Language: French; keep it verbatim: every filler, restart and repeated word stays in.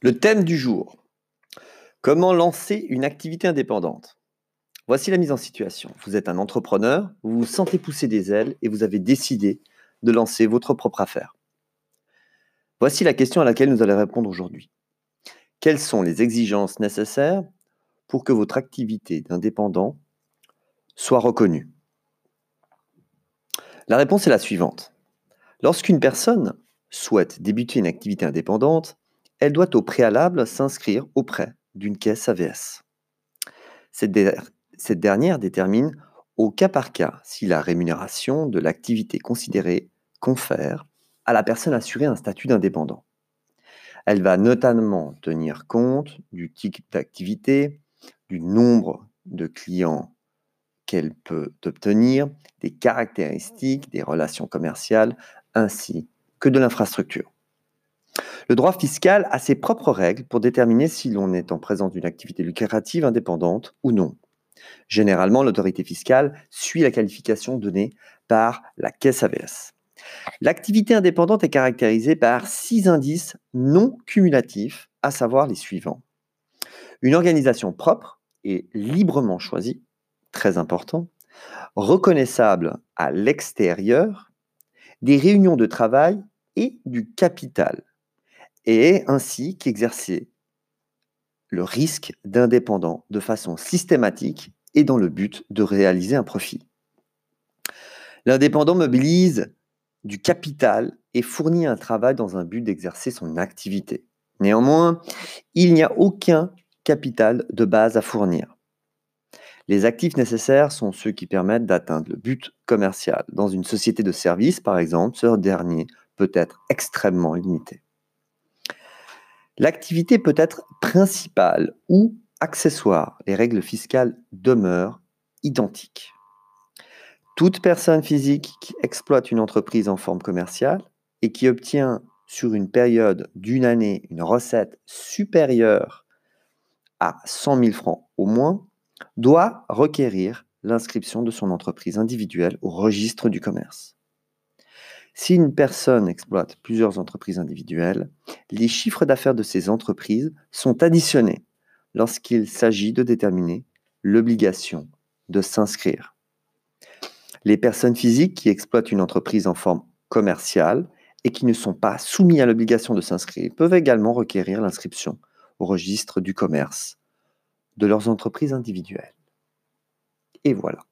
Le thème du jour. Comment lancer une activité indépendante? Voici la mise en situation. Vous êtes un entrepreneur, vous vous sentez pousser des ailes et vous avez décidé de lancer votre propre affaire. Voici la question à laquelle nous allons répondre aujourd'hui. Quelles sont les exigences nécessaires pour que votre activité d'indépendant soit reconnue? La réponse est la suivante. Lorsqu'une personne souhaite débuter une activité indépendante, elle doit au préalable s'inscrire auprès d'une caisse A V S. Cette, der- cette dernière détermine au cas par cas si la rémunération de l'activité considérée confère à la personne assurée un statut d'indépendant. Elle va notamment tenir compte du type d'activité, du nombre de clients qu'elle peut obtenir, des caractéristiques, des relations commerciales, ainsi que de l'infrastructure. Le droit fiscal a ses propres règles pour déterminer si l'on est en présence d'une activité lucrative indépendante ou non. Généralement, l'autorité fiscale suit la qualification donnée par la caisse A V S. L'activité indépendante est caractérisée par six indices non cumulatifs, à savoir les suivants. Une organisation propre et librement choisie, très important, reconnaissable à l'extérieur, des réunions de travail et du capital, et ainsi qu'exercer le risque d'indépendant de façon systématique et dans le but de réaliser un profit. L'indépendant mobilise du capital et fournit un travail dans un but d'exercer son activité. Néanmoins, il n'y a aucun capital de base à fournir. Les actifs nécessaires sont ceux qui permettent d'atteindre le but commercial. Dans une société de services, par exemple, ce dernier peut être extrêmement limité. L'activité peut être principale ou accessoire. Les règles fiscales demeurent identiques. Toute personne physique qui exploite une entreprise en forme commerciale et qui obtient sur une période d'une année une recette supérieure à cent mille francs au moins doit requérir l'inscription de son entreprise individuelle au registre du commerce. Si une personne exploite plusieurs entreprises individuelles, les chiffres d'affaires de ces entreprises sont additionnés lorsqu'il s'agit de déterminer l'obligation de s'inscrire. Les personnes physiques qui exploitent une entreprise en forme commerciale et qui ne sont pas soumises à l'obligation de s'inscrire peuvent également requérir l'inscription au registre du commerce de leurs entreprises individuelles. Et voilà.